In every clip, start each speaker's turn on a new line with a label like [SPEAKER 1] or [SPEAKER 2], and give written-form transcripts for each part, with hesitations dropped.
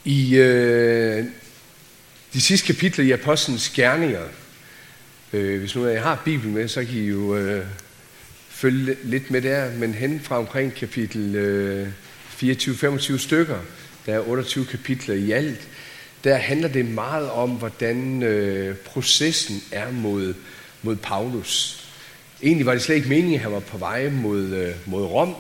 [SPEAKER 1] I de sidste kapitler i Apostlenes Gerninger, hvis nu jeg har Bibelen med, så kan I jo følge lidt med der, men hen fra omkring kapitel 24-25 stykker, der er 28 kapitler i alt, der handler det meget om, hvordan processen er mod Paulus. Egentlig var det slet ikke meningen, at han var på vej mod Rom.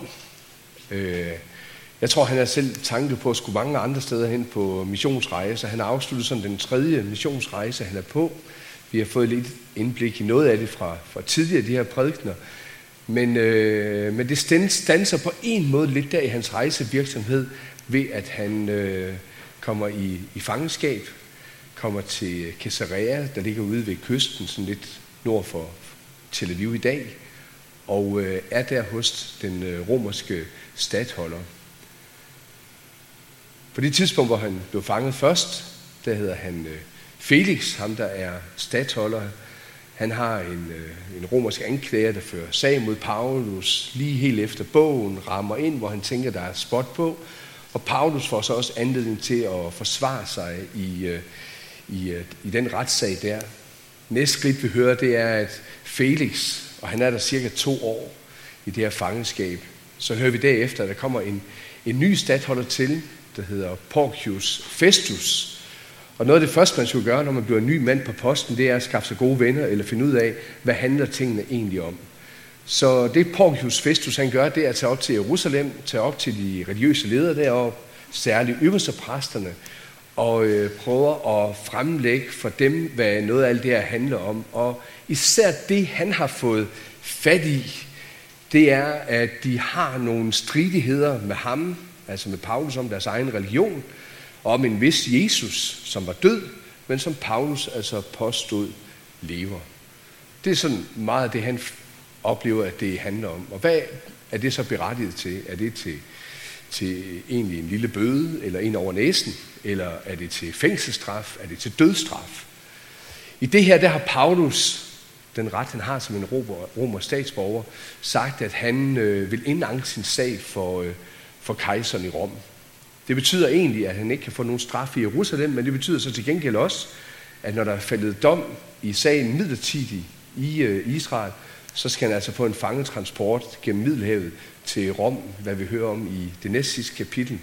[SPEAKER 1] Jeg tror, han har selv tanket på at skulle mange andre steder hen på missionsrejse. Han har afsluttet sådan den 3. missionsrejse, han er på. Vi har fået lidt indblik i noget af det fra tidligere de her prædikener. Men det standser på en måde lidt der i hans rejsevirksomhed, ved at han kommer i fangenskab, kommer til Caesarea, der ligger ude ved kysten, sådan lidt nord for Tel Aviv i dag, og er der hos den romerske statholder. På det tidspunkt, hvor han blev fanget først, der hedder han Felix, ham der er statholder. Han har en romersk anklager, der fører sag mod Paulus, lige helt efter bogen, rammer ind, hvor han tænker, der er spot på. Og Paulus får så også anledning til at forsvare sig i den retssag der. Næste skridt, vi hører, det er, at Felix, og han er der cirka 2 år i det her fangenskab, så hører vi derefter, at der kommer en ny statholder til, der hedder Porcius Festus. Og noget af det første, man skulle gøre, når man bliver en ny mand på posten, det er at skaffe sig gode venner, eller finde ud af, hvad handler tingene egentlig om. Så det Porcius Festus, han gør, det er at tage op til Jerusalem, tage op til de religiøse ledere deroppe, særligt ypperstepræsterne, og prøver at fremlægge for dem, hvad noget af alt det her handler om. Og især det, han har fået fat i, det er, at de har nogle stridigheder med ham, altså med Paulus, om deres egen religion, og om en vis Jesus, som var død, men som Paulus altså påstod lever. Det er sådan meget af det, han oplever, at det handler om. Og hvad er det så berettiget til? Er det til egentlig en lille bøde, eller en over næsen? Eller er det til fængselsstraf? Er det til dødsstraf? I det her, der har Paulus, den ret han har som en romersk statsborger, sagt, at han vil indanke sin sag for kejseren i Rom. Det betyder egentlig, at han ikke kan få nogen straf i Jerusalem, men det betyder så til gengæld også, at når der er faldet dom i sagen midlertidigt i Israel, så skal han altså få en fangetransport gennem Middelhavet til Rom, hvad vi hører om i det næste sidste kapitel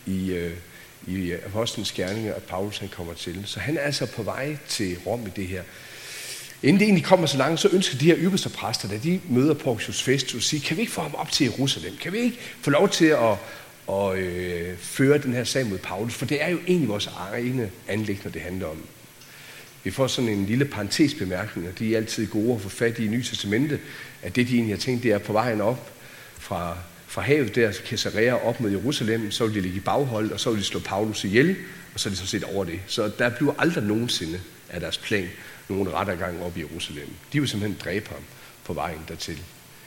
[SPEAKER 1] i Apostlenes Gerninger, at Paulus han kommer til. Så han er altså på vej til Rom i det her. Inden det egentlig kommer så langt, så ønsker de her ypperstepræster, da de møder Porcius Festus, sige, kan vi ikke få ham op til Jerusalem? Kan vi ikke få lov til at føre den her sag mod Paulus? For det er jo egentlig vores egne anliggender, det handler om. Vi får sådan en lille parentesbemærkning, og de er altid gode at få fat i Nye Testamente, at det de egentlig har tænkt, det er på vejen op fra havet der, så Caesarea op mod Jerusalem, så vil de ligge i baghold, og så vil de slå Paulus ihjel, og så er de så set over det. Så der bliver aldrig nogensinde af deres plan nogen rettergang op i Jerusalem. De vil simpelthen dræbe ham på vejen dertil.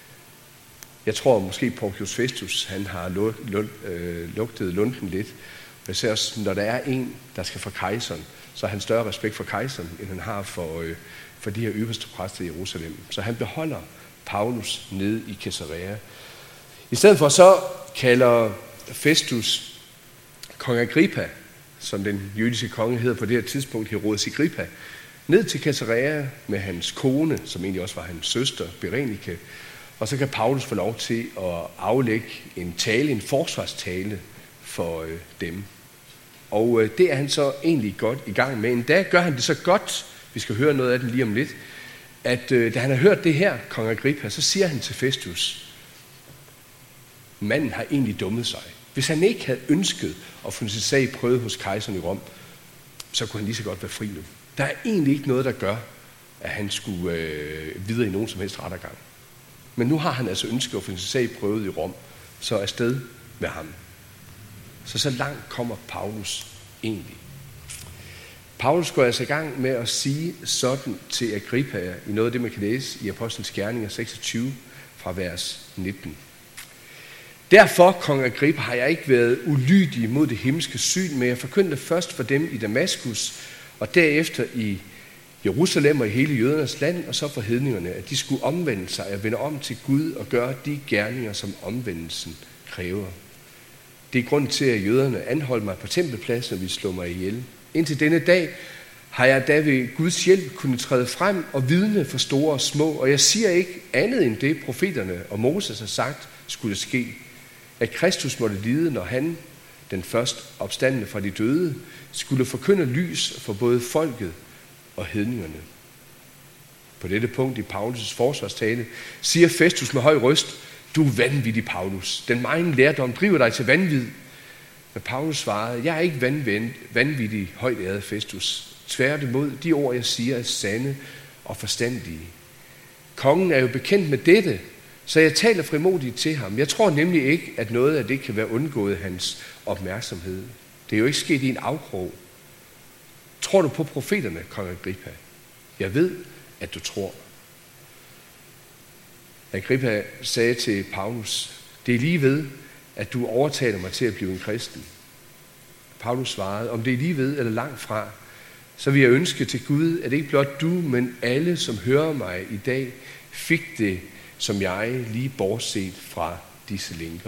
[SPEAKER 1] Jeg tror måske Porcius Festus, han har lugtet lunden lidt. Jeg ser også, når der er en, der skal fra kejseren, så har han større respekt for kejseren, end han har for de her øverste præster i Jerusalem. Så han beholder Paulus nede i Caesarea. I stedet for så kalder Festus kong Agrippa, som den jødiske konge hedder på det her tidspunkt, Herodes Agrippa, ned til Caesarea med hans kone, som egentlig også var hans søster, Berenike. Og så kan Paulus få lov til at aflægge en forsvarstale for dem. Og det er han så egentlig godt i gang med. En dag gør han det så godt, vi skal høre noget af den lige om lidt, at da han har hørt det her, kong Agrippa, så siger han til Festus, manden har egentlig dummet sig. Hvis han ikke havde ønsket at få sin sag prøvet hos kejseren i Rom, så kunne han lige så godt være fri nu. Der er egentlig ikke noget, der gør, at han skulle videre i nogen som helst rettergang. Men nu har han altså ønsket at få sin sag prøvet i Rom, så afsted med ham. Så langt kommer Paulus egentlig. Paulus går altså i gang med at sige sådan til Agrippa i noget af det, man kan læse i Apostlenes Gerninger 26 fra vers 19. Derfor, kong Agrippa, har jeg ikke været ulydig mod det himmelske syn, men jeg forkyndte først for dem i Damaskus, og derefter i Jerusalem og i hele jødernes land, og så for hedningerne, at de skulle omvende sig og vende om til Gud og gøre de gerninger, som omvendelsen kræver. Det er grund til, at jøderne anholdt mig på tempelpladsen og ville slå mig ihjel. Indtil denne dag har jeg da ved Guds hjælp kunnet træde frem og vidne for store og små, og jeg siger ikke andet end det, profeterne og Moses har sagt skulle ske, at Kristus måtte lide, når han, den først opstandne fra de døde, skulle forkynde lys for både folket og hedningerne. På dette punkt i Paulus' forsvarstale siger Festus med høj røst: Du er vanvittig, Paulus. Den megen lærdom driver dig til vanvid. Men Paulus svarede: Jeg er ikke vanvittig, højt æret Festus. Tværtimod, de ord, jeg siger, er sande og forstandige. Kongen er jo bekendt med dette, så jeg taler frimodigt til ham. Jeg tror nemlig ikke, at noget af det kan være undgået hans opmærksomhed. Det er jo ikke sket i en afkrog. Tror du på profeterne, kong Agrippa? Jeg ved, at du tror. Agrippa sagde til Paulus: Det er lige ved, at du overtaler mig til at blive en kristen. Paulus svarede: Om det er lige ved eller langt fra, så vil jeg ønske til Gud, at ikke blot du, men alle, som hører mig i dag, fik det, som jeg, lige bortset fra disse linker.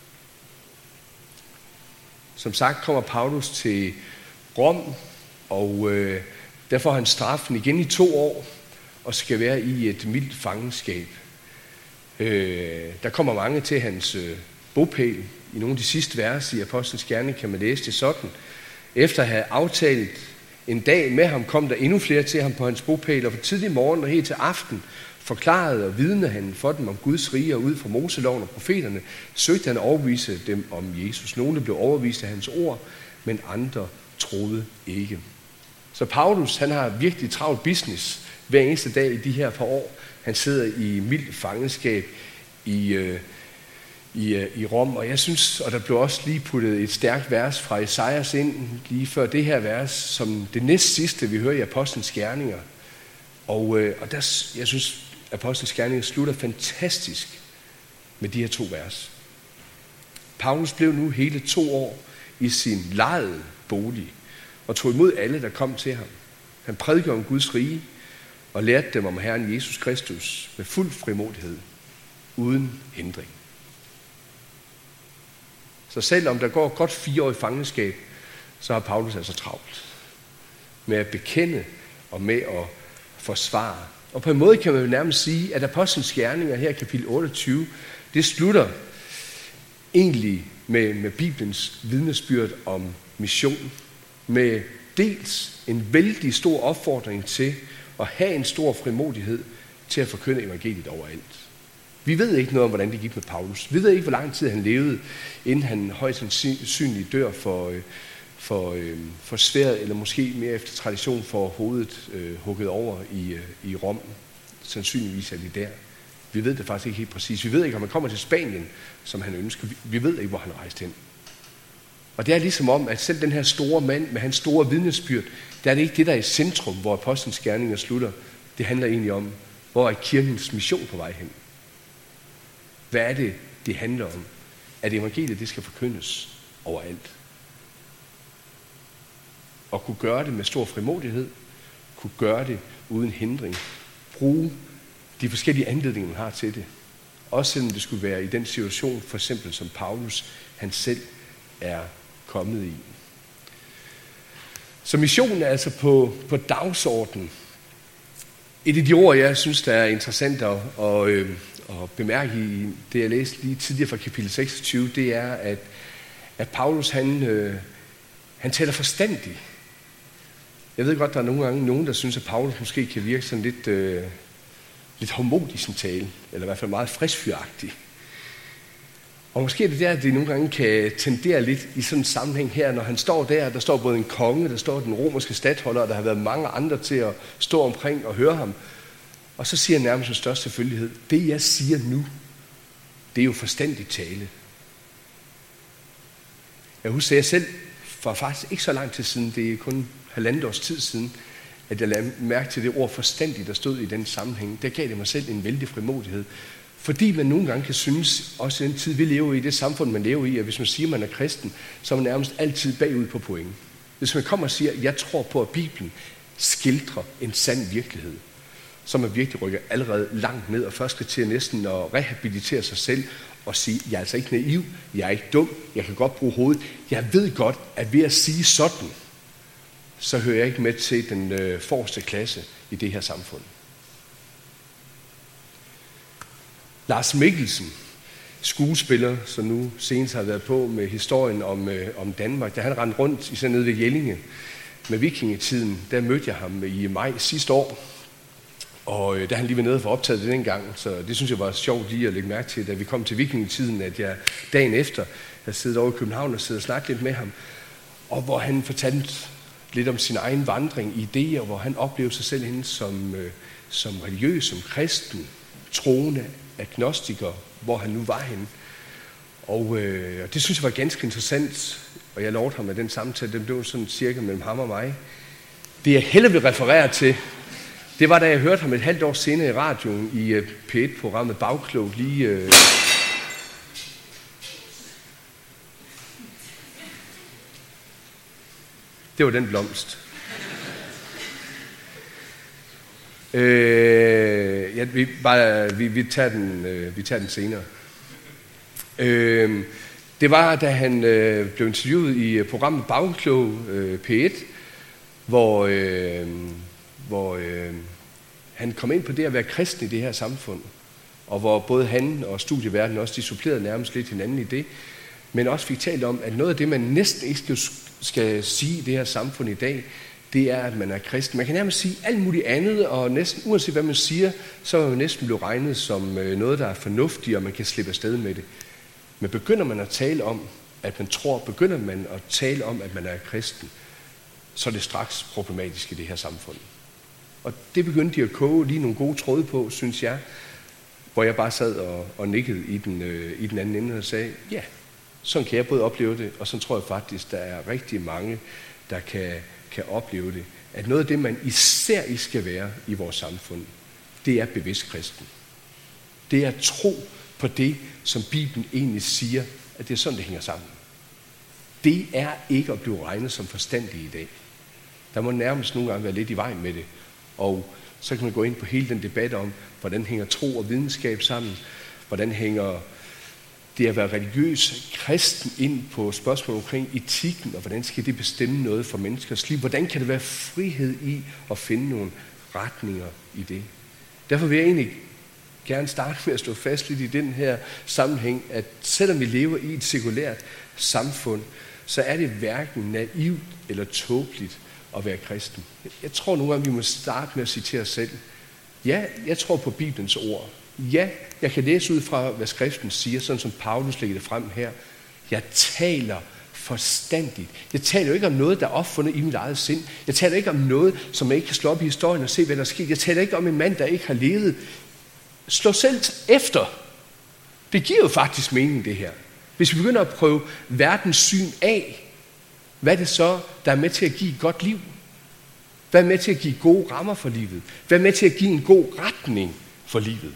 [SPEAKER 1] Som sagt kommer Paulus til Rom, og der får han straffen igen i 2 år, og skal være i et mildt fangenskab. Der kommer mange til hans bopæl. I nogle af de sidste vers i Apostlenes Gerning kan man læse det sådan: Efter at have aftalt en dag med ham, kom der endnu flere til ham på hans bopæl, og fra tidlig morgen og helt til aften forklarede og vidnede han for dem om Guds rige, og ud fra Moseloven og profeterne søgte han at overbevise dem om Jesus. Nogle blev overbevist af hans ord, men andre troede ikke. Så Paulus, han har virkelig travlt business hver eneste dag i de her par år. Han sidder i mildt fangenskab i Rom, og jeg synes, og der blev også lige puttet et stærkt vers fra Esajas ind lige før det her vers, som det næst sidste, vi hører i Apostlenes Gerninger. Og der, jeg synes, Apostlenes Gerninger slutter fantastisk med de her 2 vers. Paulus blev nu hele 2 år i sin lejede bolig og tog imod alle, der kom til ham. Han prædikede om Guds rige og lærte dem om Herren Jesus Kristus med fuld frimodighed, uden hindring. Så selvom der går godt 4 år i fangenskab, så har Paulus altså travlt med at bekende og med at forsvare. Og på en måde kan man jo nærmest sige, at Apostlenes Gerninger her, kapitel 28, det slutter egentlig med Bibelens vidnesbyrd om mission, med dels en vældig stor opfordring til at have en stor frimodighed til at forkynde evangeliet overalt. Vi ved ikke noget om, hvordan det gik med Paulus. Vi ved ikke, hvor lang tid han levede, inden han højst sandsynligt dør for sværet, eller måske mere efter tradition for hovedet hugget over i Rom. Sandsynligvis er det der. Vi ved det faktisk ikke helt præcis. Vi ved ikke, om han kommer til Spanien, som han ønsker. Vi ved ikke, hvor han rejste hen. Og det er ligesom om, at selv den her store mand med hans store vidnesbyrd, der er det ikke det, der er i centrum, hvor Apostlenes Gerninger slutter. Det handler egentlig om, hvor er kirkens mission på vej hen. Hvad er det, det handler om? At evangeliet, det skal forkyndes overalt. Og kunne gøre det med stor frimodighed, kunne gøre det uden hindring, bruge de forskellige anledninger, man har til det. Også selvom det skulle være i den situation, for eksempel som Paulus, han selv er kommet i. Så missionen er altså på dagsordenen. Et af de ord, jeg synes, der er interessant at bemærke i det, jeg læste lige tidligere fra kapitel 26, det er, at Paulus, han taler forstandigt. Jeg ved godt, der er nogle gange nogen, der synes, at Paulus måske kan virke sådan lidt hårdmodig i sin tale, eller i hvert fald meget friskfyragtig. Og måske er det der, at det nogle gange kan tendere lidt i sådan en sammenhæng her, når han står der står både en konge, der står den romerske statholder, og der har været mange andre til at stå omkring og høre ham. Og så siger han nærmest med største selvfølgelighed: det jeg siger nu, det er jo forstandig tale. Jeg husker jeg selv, for faktisk ikke så lang tid siden, det er kun 1,5 års tid siden, at jeg lagde mærke til det ord forstandig, der stod i den sammenhæng. Der gav det mig selv en vældig frimodighed. Fordi man nogle gange kan synes, også i den tid, vi lever i, det samfund, man lever i, at hvis man siger, at man er kristen, så er man nærmest altid bagud på point. Hvis man kommer og siger, at jeg tror på, at Bibelen skildrer en sand virkelighed, så man virkelig rykker allerede langt ned, og først skal til næsten at rehabilitere sig selv, og sige, jeg er altså ikke naiv, jeg er ikke dum, jeg kan godt bruge hovedet. Jeg ved godt, at ved at sige sådan, så hører jeg ikke med til den forreste klasse i det her samfund. Lars Mikkelsen, skuespiller, som nu senest har været på med historien om Danmark, da han rendte rundt især nede ved Jellinge med vikingetiden, der mødte jeg ham i maj sidste år, og da han lige var nede for optaget det dengang, så det synes jeg var sjovt lige at lægge mærke til, da vi kom til vikingetiden, at jeg dagen efter havde siddet over i København og siddet og snakket lidt med ham, og hvor han fortalte lidt om sin egen vandring i det, og hvor han oplevede sig selv henne som religiøs, som kristen, troende, agnostiker, hvor han nu var henne. Og det synes jeg var ganske interessant, og jeg lovede ham, at den samtale, den blev sådan cirka mellem ham og mig. Det jeg hellere vil referere til, det var, da jeg hørte ham et halvt år senere i radioen i P1-programmet Bagklog lige... Det var den blomst. Ja, vi tager den senere. Det var, da han blev interviewet i programmet Bagklog P1, hvor han kom ind på det at være kristen i det her samfund, og hvor både han og studieverdenen også de supplerede nærmest lidt hinanden i det, men også fik talt om, at noget af det, man næsten ikke skal sige i det her samfund i dag, det er, at man er kristen. Man kan nærmest sige alt muligt andet, og næsten uanset hvad man siger, så er man næsten blevet regnet som noget, der er fornuftigt, og man kan slippe afsted med det. Men begynder man at tale om, at man tror, begynder man at tale om, at man er kristen, så er det straks problematisk i det her samfund. Og det begyndte de at koge lige nogle gode tråde på, synes jeg, hvor jeg bare sad og nikkede i den anden ende og sagde, ja, sådan kan jeg både opleve det, og så tror jeg faktisk, der er rigtig mange, der kan opleve det. At noget af det, man især ikke skal være i vores samfund, det er bevidst kristen. Det er at tro på det, som Bibelen egentlig siger, at det er sådan, det hænger sammen. Det er ikke at blive regnet som forstandig i dag. Der må nærmest nogle gange være lidt i vejen med det. Og så kan man gå ind på hele den debat om, hvordan hænger tro og videnskab sammen, hvordan hænger det at være religiøs kristen ind på spørgsmål omkring etikken, og hvordan skal det bestemme noget for menneskers liv? Hvordan kan det være frihed i at finde nogle retninger i det? Derfor vil jeg egentlig gerne starte med at stå fast lidt i den her sammenhæng, at selvom vi lever i et sekulært samfund, så er det hverken naivt eller tåbeligt at være kristen. Jeg tror nogle gange, vi må starte med at citere os selv. Ja, jeg tror på Bibelens ord. Ja, jeg kan læse ud fra, hvad skriften siger, sådan som Paulus lægger det frem her. Jeg taler forstandigt. Jeg taler jo ikke om noget, der er opfundet i mit eget sind. Jeg taler ikke om noget, som jeg ikke kan slå op i historien og se, hvad der er sket. Jeg taler ikke om en mand, der ikke har levet. Slå selv efter. Det giver jo faktisk mening, det her. Hvis vi begynder at prøve verdens syn af, hvad er det så, der er med til at give et godt liv? Hvad er med til at give gode rammer for livet? Hvad er med til at give en god retning for livet?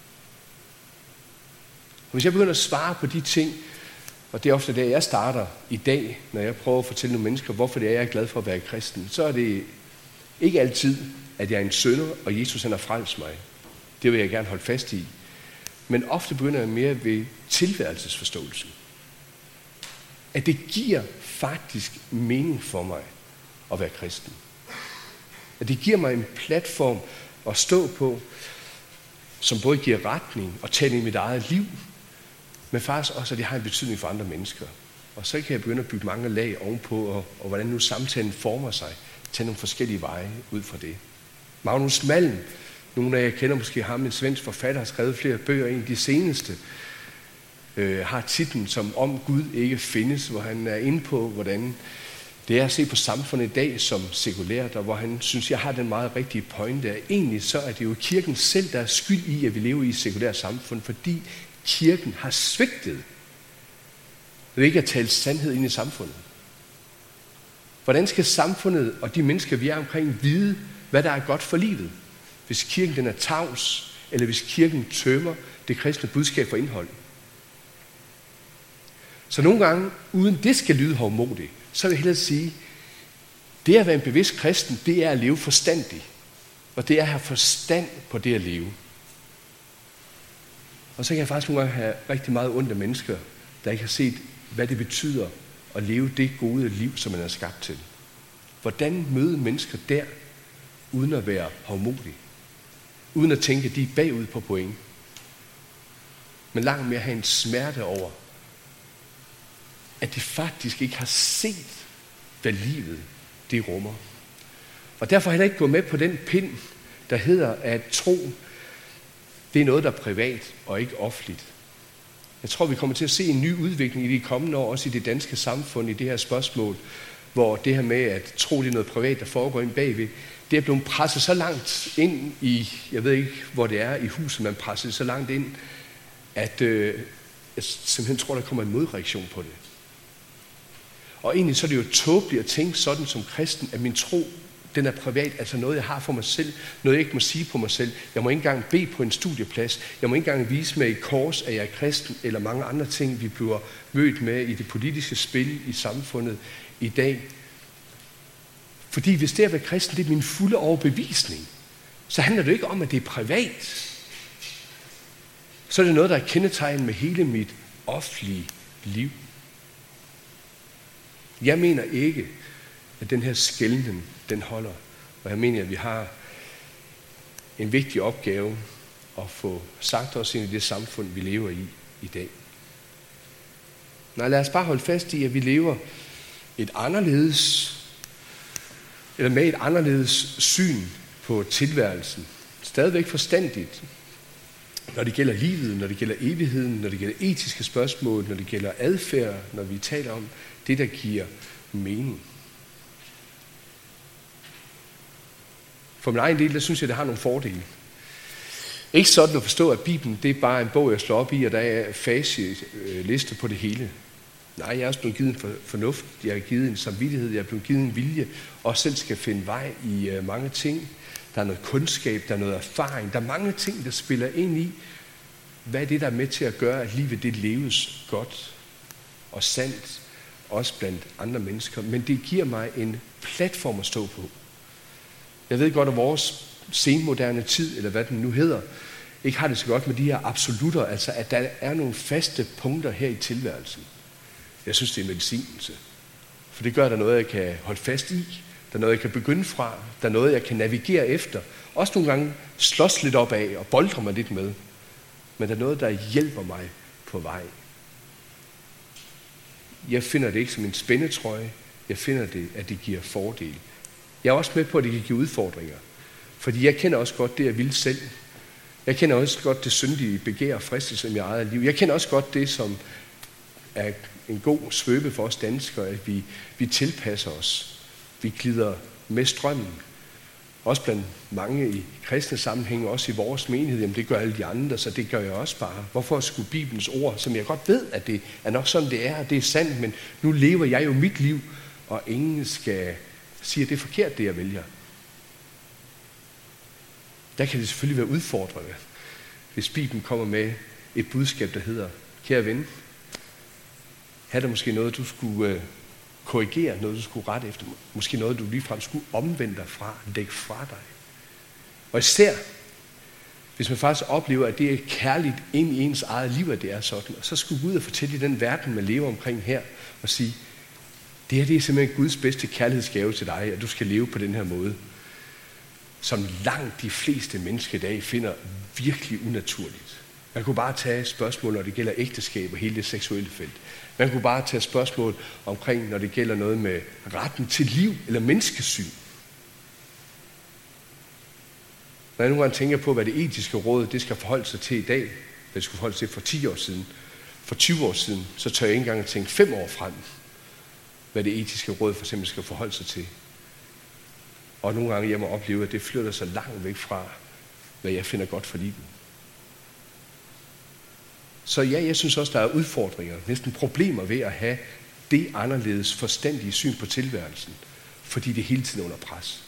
[SPEAKER 1] Og hvis jeg begynder at svare på de ting, og det er ofte der, jeg starter i dag, når jeg prøver at fortælle nogle mennesker, hvorfor det er, jeg er glad for at være kristen, så er det ikke altid, at jeg er en synder, og Jesus han har frelst mig. Det vil jeg gerne holde fast i. Men ofte begynder jeg mere ved tilværelsesforståelsen. At det giver faktisk mening for mig at være kristen. At det giver mig en platform at stå på, som både giver retning og tæller i mit eget liv, men faktisk også, at det har en betydning for andre mennesker. Og så kan jeg begynde at bygge mange lag ovenpå, og hvordan nu samtalen former sig, tage nogle forskellige veje ud fra det. Magnus Malm, nogle af jer kender måske ham, en svensk forfatter, har skrevet flere bøger. En af de seneste har titlen som Om Gud ikke findes, hvor han er inde på, hvordan det er at se på samfundet i dag som sekulært, og hvor han synes, jeg har den meget rigtige pointe, at egentlig så er det jo kirken selv, der er skyld i, at vi lever i et sekulært samfund, fordi kirken har svigtet ved ikke at tale sandhed ind i samfundet. Hvordan skal samfundet og de mennesker, vi er omkring, vide, hvad der er godt for livet, hvis kirken den er tavs, eller hvis kirken tømmer det kristne budskab for indhold? Så nogle gange, uden det skal lyde hovmodigt, så vil jeg hellere sige, det at være en bevidst kristen, det er at leve forstandigt. Og det er at have forstand på det at leve. Og så kan jeg faktisk nogle gange have rigtig meget ondt af mennesker, der ikke har set, hvad det betyder at leve det gode liv, som man er skabt til. Hvordan møde mennesker der, uden at være hovmodige? Uden at tænke, at de er bagud på point. Men langt mere have en smerte over, at de faktisk ikke har set, hvad livet det rummer. Og derfor har jeg ikke gået med på den pind, der hedder, at tro, det er noget, der er privat og ikke offentligt. Jeg tror, vi kommer til at se en ny udvikling i de kommende år, også i det danske samfund, i det her spørgsmål, hvor det her med, at tro, det er noget privat, der foregår ind bagved, det er blevet presset så langt ind i, jeg ved ikke, hvor det er i huset, man presser så langt ind, at jeg simpelthen tror, der kommer en modreaktion på det. Og egentlig så er det jo tåbeligt at tænke sådan som kristen, at min tro, den er privat, altså noget, jeg har for mig selv, noget, jeg ikke må sige på mig selv. Jeg må ikke engang bede på en studieplads. Jeg må ikke engang vise mig i kors, at jeg er kristen, eller mange andre ting, vi bliver mødt med i det politiske spil i samfundet i dag. Fordi hvis det at være kristen, det er min fulde overbevisning, så handler det ikke om, at det er privat. Så er det noget, der er kendetegn med hele mit offentlige liv. Jeg mener ikke, at den her skelnen, den holder. Og jeg mener, at vi har en vigtig opgave at få sagt os ind i det samfund, vi lever i dag. Nej, lad os bare holde fast i, at vi lever et anderledes, eller med et anderledes syn på tilværelsen. Stadigvæk forstandigt, når det gælder livet, når det gælder evigheden, når det gælder etiske spørgsmål, når det gælder adfærd, når vi taler om det, der giver mening. For min egen del, der synes jeg, det har nogle fordele. Ikke sådan at forstå, at Bibelen, det er bare en bog, jeg slår op i, og der er facitliste på det hele. Nej, jeg er også blevet givet en fornuft, jeg er givet en samvittighed, jeg er blevet givet en vilje, og selv skal finde vej i mange ting. Der er noget kundskab, der er noget erfaring, der er mange ting, der spiller ind i, hvad er det, der er med til at gøre, at livet det leves godt og sandt, også blandt andre mennesker. Men det giver mig en platform at stå på. Jeg ved godt, at vores senmoderne tid, eller hvad den nu hedder, ikke har det så godt med de her absolutter, altså at der er nogle faste punkter her i tilværelsen. Jeg synes, det er medicinelse. For det gør, at der er noget, jeg kan holde fast i. Der er noget, jeg kan begynde fra. Der er noget, jeg kan navigere efter. Også nogle gange slås lidt op af og boldre mig lidt med. Men der er noget, der hjælper mig på vej. Jeg finder det ikke som en spændetrøje. Jeg finder det, at det giver fordel. Jeg er også med på, at det kan give udfordringer. Fordi jeg kender også godt det, jeg vil selv. Jeg kender også godt det syndige begær og fristelse i mit eget liv. Jeg kender også godt det, som er en god svøbe for os danskere, at vi tilpasser os. Vi glider med strømmen. Også blandt mange i kristne sammenhæng, også i vores menighed. Jamen det gør alle de andre, så det gør jeg også bare. Hvorfor skulle Bibelens ord, som jeg godt ved, at det er nok sådan, det er, og det er sandt, men nu lever jeg jo mit liv, og ingen skal sige, at det er forkert, det jeg vælger. Der kan det selvfølgelig være udfordrende, hvis Bibelen kommer med et budskab, der hedder, kære ven, her er der måske noget, du skulle korrigere, noget du skulle rette efter, måske noget, du ligefrem skulle omvende dig fra, lægge fra dig. Og især, hvis man faktisk oplever, at det er kærligt ind i ens eget liv, at det er sådan, og så skulle gå ud og fortælle i den verden, man lever omkring her, og sige, det her det er simpelthen Guds bedste kærlighedsgave til dig, at du skal leve på den her måde, som langt de fleste mennesker i dag finder virkelig unaturligt. Man kunne bare tage spørgsmål, når det gælder ægteskab og hele det seksuelle felt. Man kunne bare tage spørgsmål omkring, når det gælder noget med retten til liv eller menneskesyn. Når jeg nogle gange tænker på, hvad det etiske råd det skal forholde sig til i dag, hvad det skulle forholde sig til for 10 år siden, for 20 år siden, så tør jeg ikke engang at tænke 5 år frem, hvad det etiske råd for eksempel skal forholde sig til. Og nogle gange jeg må opleve, at det flytter sig langt væk fra, hvad jeg finder godt for livet. Så ja, jeg synes også, der er udfordringer, næsten problemer ved at have det anderledes forstandige syn på tilværelsen, fordi det hele tiden er under pres.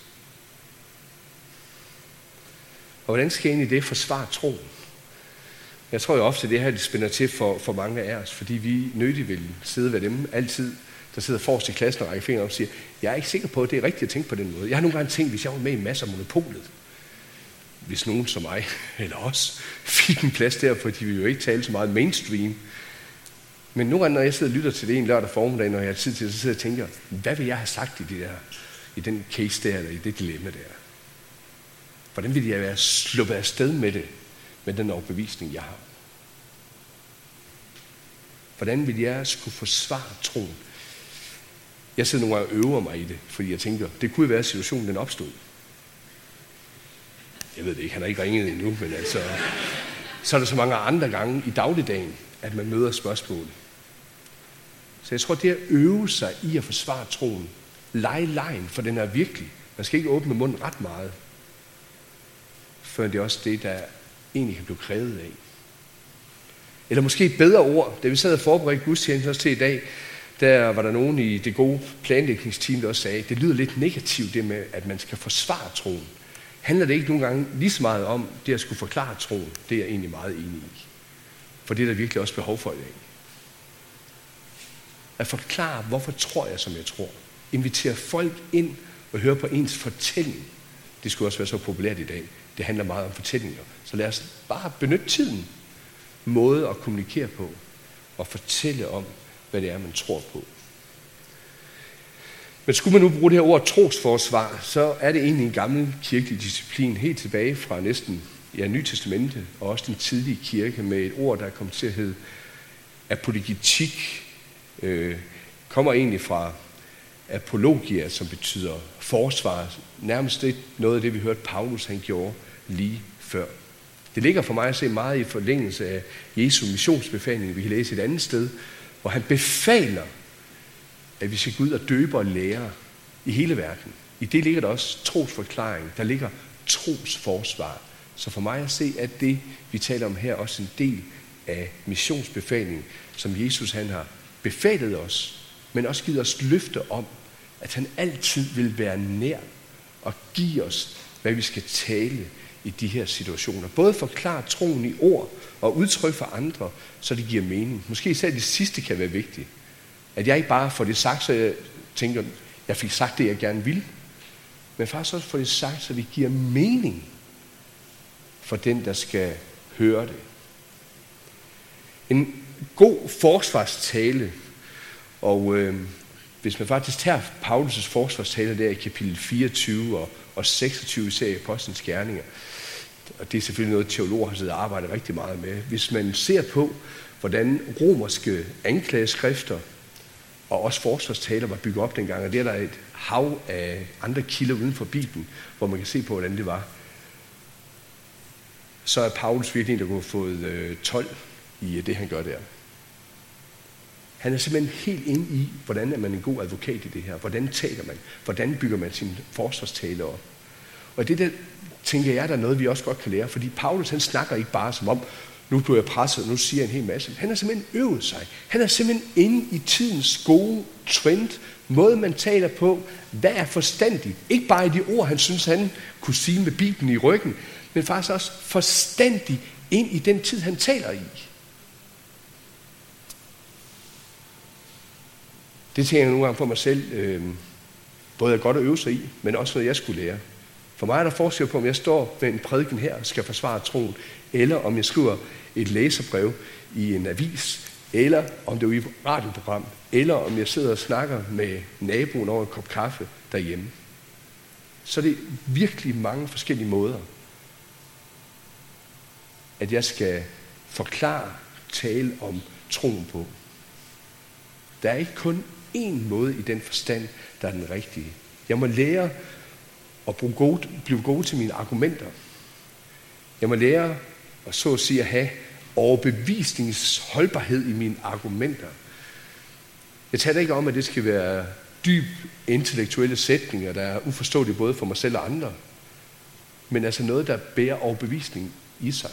[SPEAKER 1] Og hvordan skal jeg egentlig det forsvare troen? Jeg tror jo ofte, at det her det spænder til for mange af os, fordi vi nødigt vil sidde ved dem altid, der sidder forrest i klassen og rækker fingre op og siger, jeg er ikke sikker på, at det er rigtigt at tænke på den måde. Jeg har nogle gange tænkt, hvis jeg var med i masser af monopolet, hvis nogen som mig, eller os, fik en plads der, fordi vi jo ikke talte så meget mainstream. Men nogle gange, når jeg sidder og lytter til det en lørdag formiddag, når jeg har tid til det, så sidder jeg og tænker, hvad vil jeg have sagt i den case der, eller i det dilemma der? Hvordan ville jeg være sluppet afsted med det, med den overbevisning, jeg har? Hvordan ville jeg skulle forsvare troen? Jeg sidder nogle gange og øver mig i det, fordi jeg tænker, det kunne være, at situationen den opstod. Jeg ved det ikke, han har ikke ringet endnu, men altså, så er der så mange andre gange i dagligdagen, at man møder spørgsmål. Så jeg tror, det at øve sig i at forsvare troen, lege lejen, for den er virkelig. Man skal ikke åbne munden ret meget, før det er også det, der egentlig kan blive krævet af. Eller måske et bedre ord, da vi sad og forberedte gudstjenesten også til i dag, der var der nogen i det gode planlægningsteam, der også sagde, det lyder lidt negativt det med, at man skal forsvare troen. Handler det ikke nogle gange lige så meget om det at skulle forklare troen? Det er jeg egentlig meget enig i. For det er der virkelig også behov for i dag. At forklare, hvorfor tror jeg, som jeg tror. Invitere folk ind og høre på ens fortælling. Det skulle også være så populært i dag. Det handler meget om fortællinger. Så lad os bare benytte tiden. Måde at kommunikere på. Og fortælle om, hvad det er, man tror på. Men skulle man nu bruge det her ord trosforsvar, så er det egentlig en gammel kirkelig disciplin, helt tilbage fra næsten Nye Testamente, og også den tidlige kirke, med et ord, der er kommet til at hedde apologetik, kommer egentlig fra apologia, som betyder forsvar. Nærmest det noget af det, vi hørte Paulus, han gjorde lige før. Det ligger for mig at se meget i forlængelse af Jesu missionsbefaling, vi kan læse et andet sted, hvor han befaler, at vi skal gå ud og døbe og lære i hele verden. I det ligger der også trosforklaring, der ligger trosforsvar. Så for mig at se, at det, vi taler om her, også en del af missionsbefalingen, som Jesus han har befalet os, men også givet os løfte om, at han altid vil være nær og give os, hvad vi skal tale i de her situationer. Både forklare troen i ord og udtryk for andre, så det giver mening. Måske især det sidste kan være vigtigt. At jeg ikke bare får det sagt, så jeg tænker, jeg fik sagt det, jeg gerne vil, men faktisk også får det sagt, så det giver mening for den, der skal høre det. En god forsvarstale, og hvis man faktisk tager Paulus' forsvarstale der i kapitel 24 og 26 især i Apostlenes Gerninger, og det er selvfølgelig noget, teologer har siddet og arbejdet rigtig meget med. Hvis man ser på, hvordan romerske anklageskrifter og også forsvarstaler var bygget op dengang, og det er der et hav af andre kilder uden for Bibelen, hvor man kan se på, hvordan det var, så er Paulus virkelig en, der kunne have fået 12 i det, han gør der. Han er simpelthen helt inde i, hvordan er man en god advokat i det her. Hvordan taler man? Hvordan bygger man sin forsvarstale op? Og det der, tænker jeg, der er noget, vi også godt kan lære. Fordi Paulus, han snakker ikke bare som om, nu bliver jeg presset, og nu siger jeg en hel masse. Han har simpelthen øvet sig. Han er simpelthen inde i tidens gode trend, måde man taler på, hvad er forstandigt. Ikke bare i de ord, han synes, han kunne sige med Bibelen i ryggen, men faktisk også forstandigt ind i den tid, han taler i. Det tænker jeg nogle gange på mig selv, både er godt at øve sig i, men også noget, jeg skulle lære. For mig er der forskel på, om jeg står med en prædiken her og skal forsvare troen, eller om jeg skriver et læserbrev i en avis, eller om det er i et radioprogram, eller om jeg sidder og snakker med naboen over en kop kaffe derhjemme. Så det er virkelig mange forskellige måder, at jeg skal forklare, tale om troen på. Der er ikke kun én måde i den forstand, der er den rigtige. Jeg må lære at blive god til mine argumenter. Jeg må lære at så at sige at have overbevisningsholdbarhed i mine argumenter. Jeg taler ikke om, at det skal være dyb intellektuelle sætninger, der er uforståelige både for mig selv og andre, men altså noget, der bærer overbevisning i sig.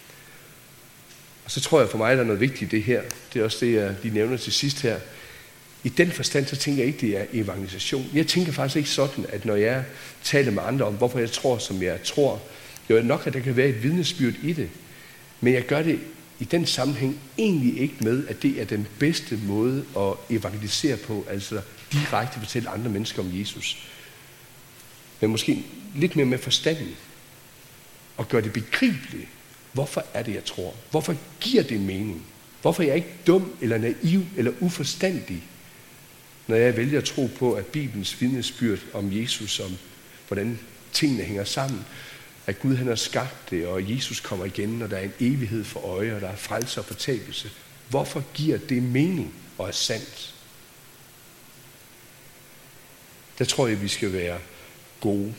[SPEAKER 1] Og så tror jeg for mig, der er noget vigtigt i det her. Det er også det, jeg lige nævner til sidst her. I den forstand, så tænker jeg ikke, det er evangelisation. Jeg tænker faktisk ikke sådan, at når jeg taler med andre om, hvorfor jeg tror, som jeg tror, jo nok, at der kan være et vidnesbyrd i det. Men jeg gør det i den sammenhæng egentlig ikke med, at det er den bedste måde at evangelisere på, altså direkte fortælle andre mennesker om Jesus. Men måske lidt mere med forstanden. og gøre det begribeligt. Hvorfor er det, jeg tror? Hvorfor giver det mening? Hvorfor er jeg ikke dum eller naiv eller uforstandig, når jeg vælger at tro på, at Bibelens vidnesbyrd om Jesus, om hvordan tingene hænger sammen, at Gud han har skabt det, og Jesus kommer igen, og der er en evighed for øje, og der er frelse og fortabelse. Hvorfor giver det mening og er sandt? Der tror jeg, vi skal være gode.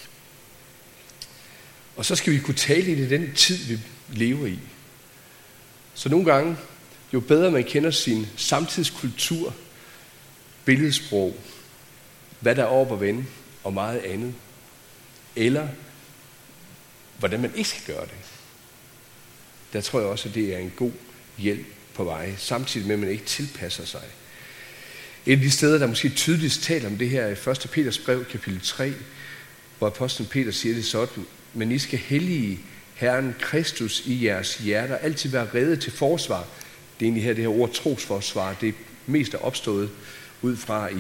[SPEAKER 1] Og så skal vi kunne tale i den tid, vi lever i. Så nogle gange, jo bedre man kender sin samtidskultur, billedsprog, hvad der er over at vende, og meget andet, eller hvordan man ikke skal gøre det, der tror jeg også, at det er en god hjælp på vej, samtidig med, at man ikke tilpasser sig. Et af de steder, der måske tydeligst taler om det her, er 1. Peters brev, kapitel 3, hvor apostlen Peter siger det sådan: men I skal hellige Herren Kristus i jeres hjerter, altid være rede til forsvar. Det er egentlig her, det her ord trosforsvar, det er mest er opstået ud fra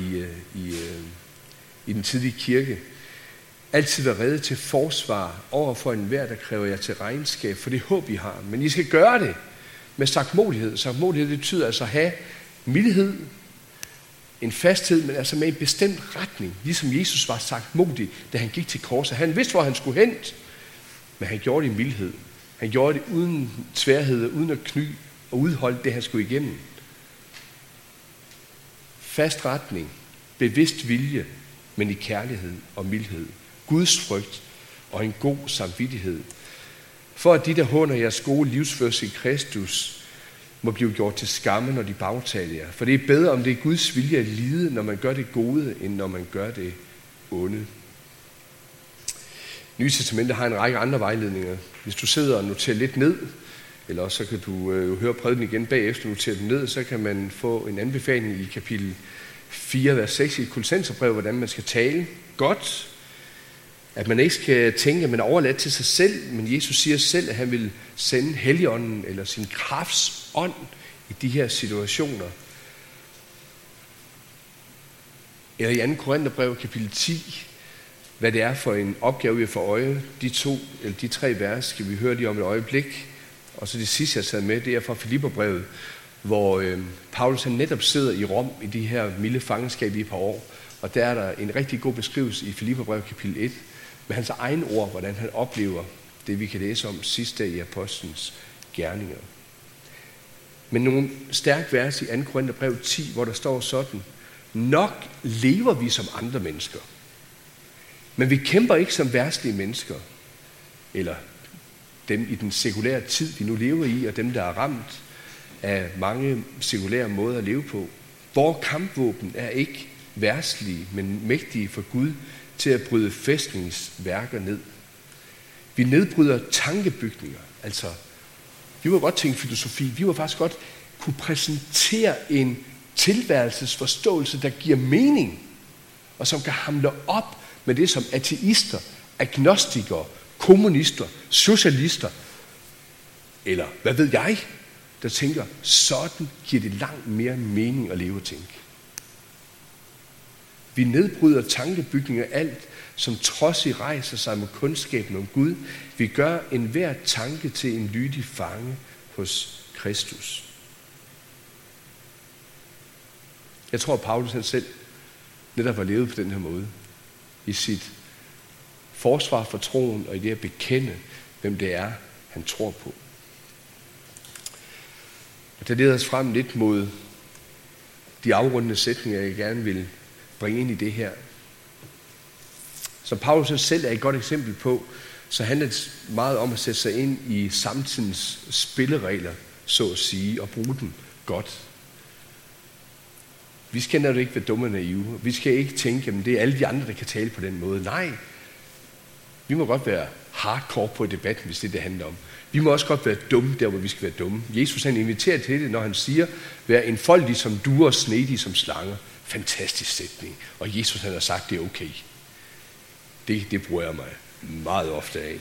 [SPEAKER 1] i den tidlige kirke. Altid være rede til forsvar over for enhver, der kræver jer til regnskab for det håb, I har. Men I skal gøre det med sagtmodighed. Sagtmodighed, det betyder altså at have mildhed, en fasthed, men altså med en bestemt retning. Ligesom Jesus var sagtmodig, da han gik til korset. Han vidste, hvor han skulle hen, men han gjorde det i mildhed. Han gjorde det uden tværhed, uden at kny og udholde det, han skulle igennem. Fast retning, bevidst vilje, men i kærlighed og mildhed. Guds frygt og en god samvittighed. For at de, der håner jeres gode livsførsel i Kristus, må blive gjort til skamme, når de bagtaler jer. For det er bedre, om det er Guds vilje at lide, når man gør det gode, end når man gør det onde. Nye Testamentet har en række andre vejledninger. Hvis du sidder og noterer lidt ned, eller også så kan du høre prædiken igen bagefter og notere den ned, så kan man få en anbefaling i kapitel 4, vers 6 i et Kolossenserbrev, hvordan man skal tale godt. At man ikke skal tænke, at man er overladt til sig selv, men Jesus siger selv, at han vil sende Helligånden eller sin krafts ånd i de her situationer. Eller i 2. Korintherbrev, kapitel 10, hvad det er for en opgave, vi har for øje. De 3 vers skal vi høre lige om et øjeblik. Og så det sidste, jeg har taget med, det er fra Filipperbrevet, hvor Paulus han netop sidder i Rom i de her milde fangenskab i et par år. Og der er der en rigtig god beskrivelse i Filipperbrevet, kapitel 1, med hans egen ord, hvordan han oplever det, vi kan læse om sidste dag i Apostlenes gerninger. Men nogle stærke vers i 2. Korintherbrev 10, hvor der står sådan: nok lever vi som andre mennesker, men vi kæmper ikke som verdslige mennesker, eller dem i den sekulære tid, vi nu lever i, og dem, der er ramt af mange sekulære måder at leve på. Vores kampvåben er ikke verdslige, men mægtige for Gud til at bryde fæstningsværker ned. Vi nedbryder tankebygninger. Altså, vi må godt tænke filosofi. Vi må faktisk godt kunne præsentere en tilværelsesforståelse, der giver mening, og som kan hamle op med det, som ateister, agnostikere, kommunister, socialister, eller hvad ved jeg, der tænker, sådan giver det langt mere mening at leve og tænke. Vi nedbryder tankebygninger alt, som trodsigt rejser sig mod kundskaben om Gud. Vi gør enhver tanke til en lydig fange hos Kristus. Jeg tror, at Paulus han selv netop har levet på den her måde. I sit forsvar for troen og i det at bekende, hvem det er, han tror på. Og det leder os frem lidt mod de afrundende sætninger, jeg gerne vil bringe ind i det her. Som Paulus selv er et godt eksempel på, så handler det meget om at sætte sig ind i samtidens spilleregler, så at sige, og bruge dem godt. Vi skal netop ikke være dumme og naive. Vi skal ikke tænke, at det er alle de andre, der kan tale på den måde. Nej, vi må godt være hardcore på debatten, hvis det handler om. Vi må også godt være dumme der, hvor vi skal være dumme. Jesus han inviterer til det, når han siger, vær enfoldig som duer og snedig som slanger. Fantastisk sætning. Og Jesus han har sagt, det er okay. Det bruger jeg mig meget ofte af.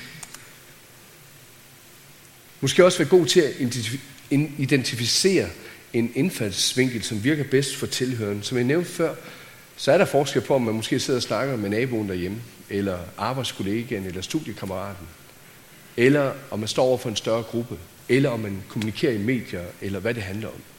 [SPEAKER 1] Måske også være god til at identificere en indfaldsvinkel, som virker bedst for tilhøren. Som jeg nævnte før, så er der forskel på, om man måske sidder og snakker med naboen derhjemme, eller arbejdskollegaen, eller studiekammeraten. eller om man står over for en større gruppe, eller om man kommunikerer i medier, eller hvad det handler om.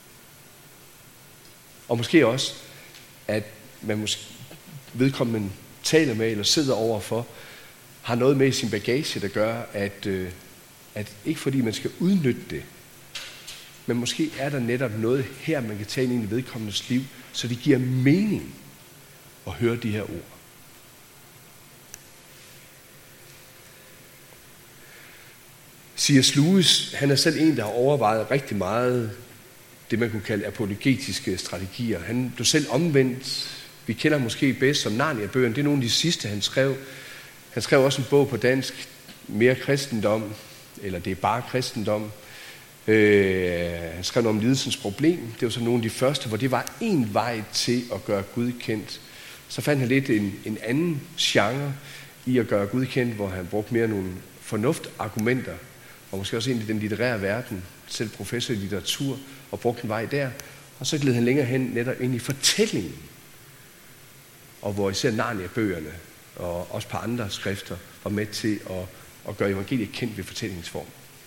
[SPEAKER 1] Og måske også, at man vedkommende man taler med, eller sidder overfor, har noget med i sin bagage, der gør, at ikke fordi man skal udnytte det, men måske er der netop noget her, man kan tage ind i vedkommendes liv, så det giver mening at høre de her ord. C.S. Lewis, han er selv en, der har overvejet rigtig meget det, man kunne kalde apologetiske strategier. Han blev selv omvendt. Vi kender måske bedst som Narnia-bøgerne. Det er nogle af de sidste, han skrev. Han skrev også en bog på dansk, Mere kristendom, eller Det er bare kristendom. Han skrev noget om lidelsens problem. Det var så nogle af de første, hvor det var en vej til at gøre Gud kendt. Så fandt han lidt en anden genre i at gøre Gud kendt, hvor han brugte mere nogle fornuftargumenter, og måske også ind i den litterære verden, selv professor i litteratur, og brugte en vej der. Og så gled han længere hen netop ind i fortællingen, og hvor især Narnia-bøgerne, og også på andre skrifter, var med til at gøre evangeliet kendt ved fortællingsform.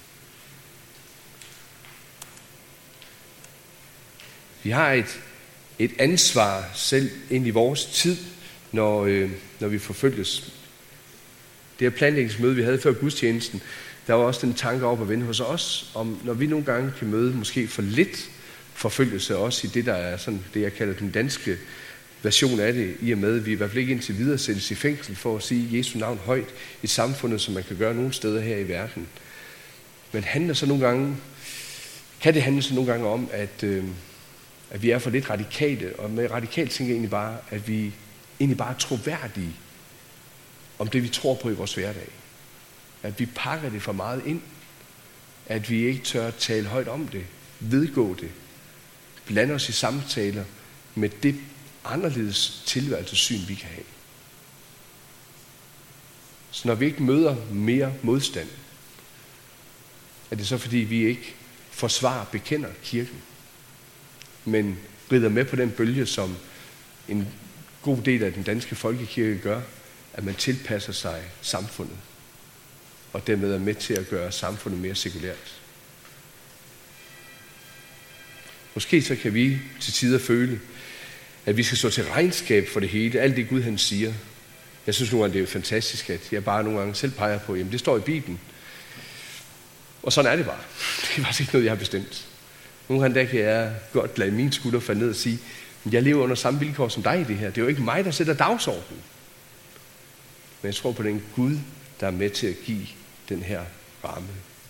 [SPEAKER 1] Vi har et ansvar selv ind i vores tid, når vi forfølges. Det her planlægningsmøde, vi havde før gudstjenesten, der var også den tanke op at vende hos os, om når vi nogle gange kan møde måske for lidt forfølgelse, også i det, der er sådan, det jeg kalder den danske version af det, i og med, at vi i hvert fald ikke indtil videre sættes i fængsel for at sige Jesu navn højt i samfundet, som man kan gøre nogle steder her i verden. Men kan det handle så nogle gange om, at vi er for lidt radikale, og med radikalt tænker jeg egentlig bare, at vi egentlig bare er troværdige om det, vi tror på i vores hverdag. At vi pakker det for meget ind, at vi ikke tør tale højt om det, vedgå det, blande os i samtaler med det anderledes tilværelsessyn, vi kan have. Så når vi ikke møder mere modstand, er det så fordi, vi ikke forsvarer, bekender kirken, men rider med på den bølge, som en god del af den danske folkekirke gør, at man tilpasser sig samfundet, og dermed er med til at gøre samfundet mere sekulært. Måske så kan vi til tider føle, at vi skal stå til regnskab for det hele, alt det Gud han siger. Jeg synes nogle gange, det er fantastisk, at jeg bare nogle gange selv peger på, jamen det står i Bibelen. Og sådan er det bare. Det er faktisk ikke noget, jeg har bestemt. Nogle gange der kan jeg godt lade mine skulder falde ned og sige, men jeg lever under samme vilkår som dig i det her. Det er jo ikke mig, der sætter dagsordenen. Men jeg tror på den Gud, der er med til at give den her ramme.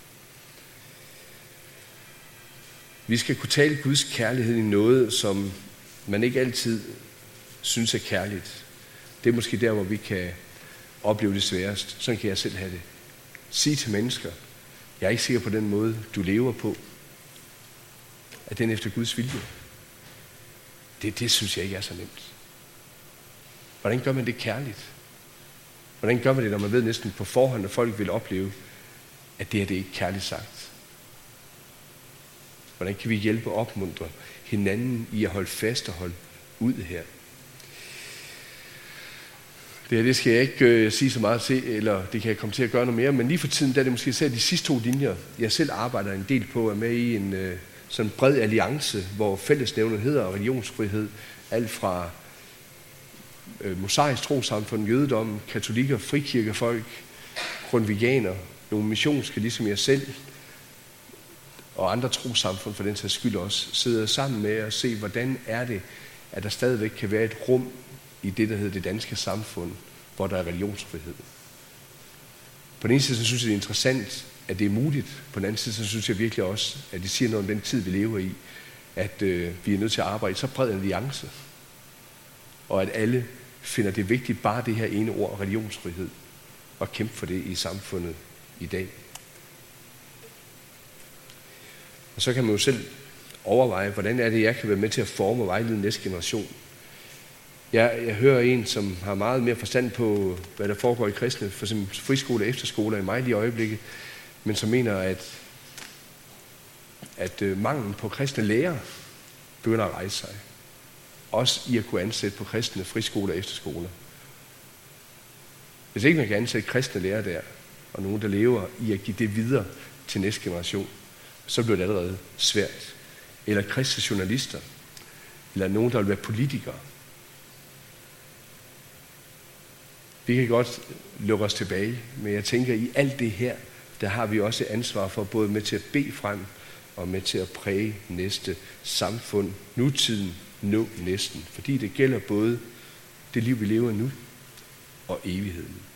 [SPEAKER 1] Vi skal kunne tale Guds kærlighed i noget, som man ikke altid synes er kærligt. Det er måske der, hvor vi kan opleve det sværest. Sådan kan jeg selv have det. Sig til mennesker, jeg er ikke sikker på den måde, du lever på, at den efter Guds vilje. Det synes jeg ikke er så nemt. Hvordan gør man det kærligt? Hvordan gør man det, når man ved næsten på forhånd, at folk vil opleve, at det er ikke kærligt sagt? Hvordan kan vi hjælpe og opmuntre hinanden i at holde fast og holde ud her? Det skal jeg ikke sige så meget til, eller det kan jeg komme til at gøre noget mere, men lige for tiden, der er det måske især de sidste 2 linjer, jeg selv arbejder en del på, er med i en sådan bred alliance, hvor fællesnævnet hedder religionsfrihed, alt fra mosaisk trosamfund, jødedom, katolikker, frikirkefolk, grundvigianer, nogle missionske, ligesom jeg selv, og andre trosamfund for den sags skyld også, sidder sammen med at se, hvordan er det, at der stadigvæk kan være et rum i det, der hedder det danske samfund, hvor der er religionsfrihed. På den ene side, så synes jeg, det er interessant, at det er muligt. På den anden side, så synes jeg virkelig også, at det siger noget om den tid, vi lever i, at vi er nødt til at arbejde i så bred en alliance, og at alle finder det vigtigt, bare det her ene ord, religionsfrihed, og kæmpe for det i samfundet i dag. Og så kan man jo selv overveje, hvordan er det, jeg kan være med til at forme og vejlede næste generation. Jeg hører en, som har meget mere forstand på, hvad der foregår i kristne, for eksempel friskoler og efterskoler i mig lige i øjeblikket, men som mener, at manglen på kristne lærere begynder at rejse sig. Også i at kunne ansætte på kristne friskoler og efterskoler. Hvis ikke man kan ansætte kristne lærere der, og nogen, der lever i at give det videre til næste generation, så bliver det allerede svært. Eller kristne journalister, eller nogen, der vil være politikere. Vi kan godt lukke os tilbage, men jeg tænker, i alt det her, der har vi også ansvar for både med til at bede frem, og med til at præge næste samfund, nutiden, nå næsten. Fordi det gælder både det liv, vi lever nu, og evigheden.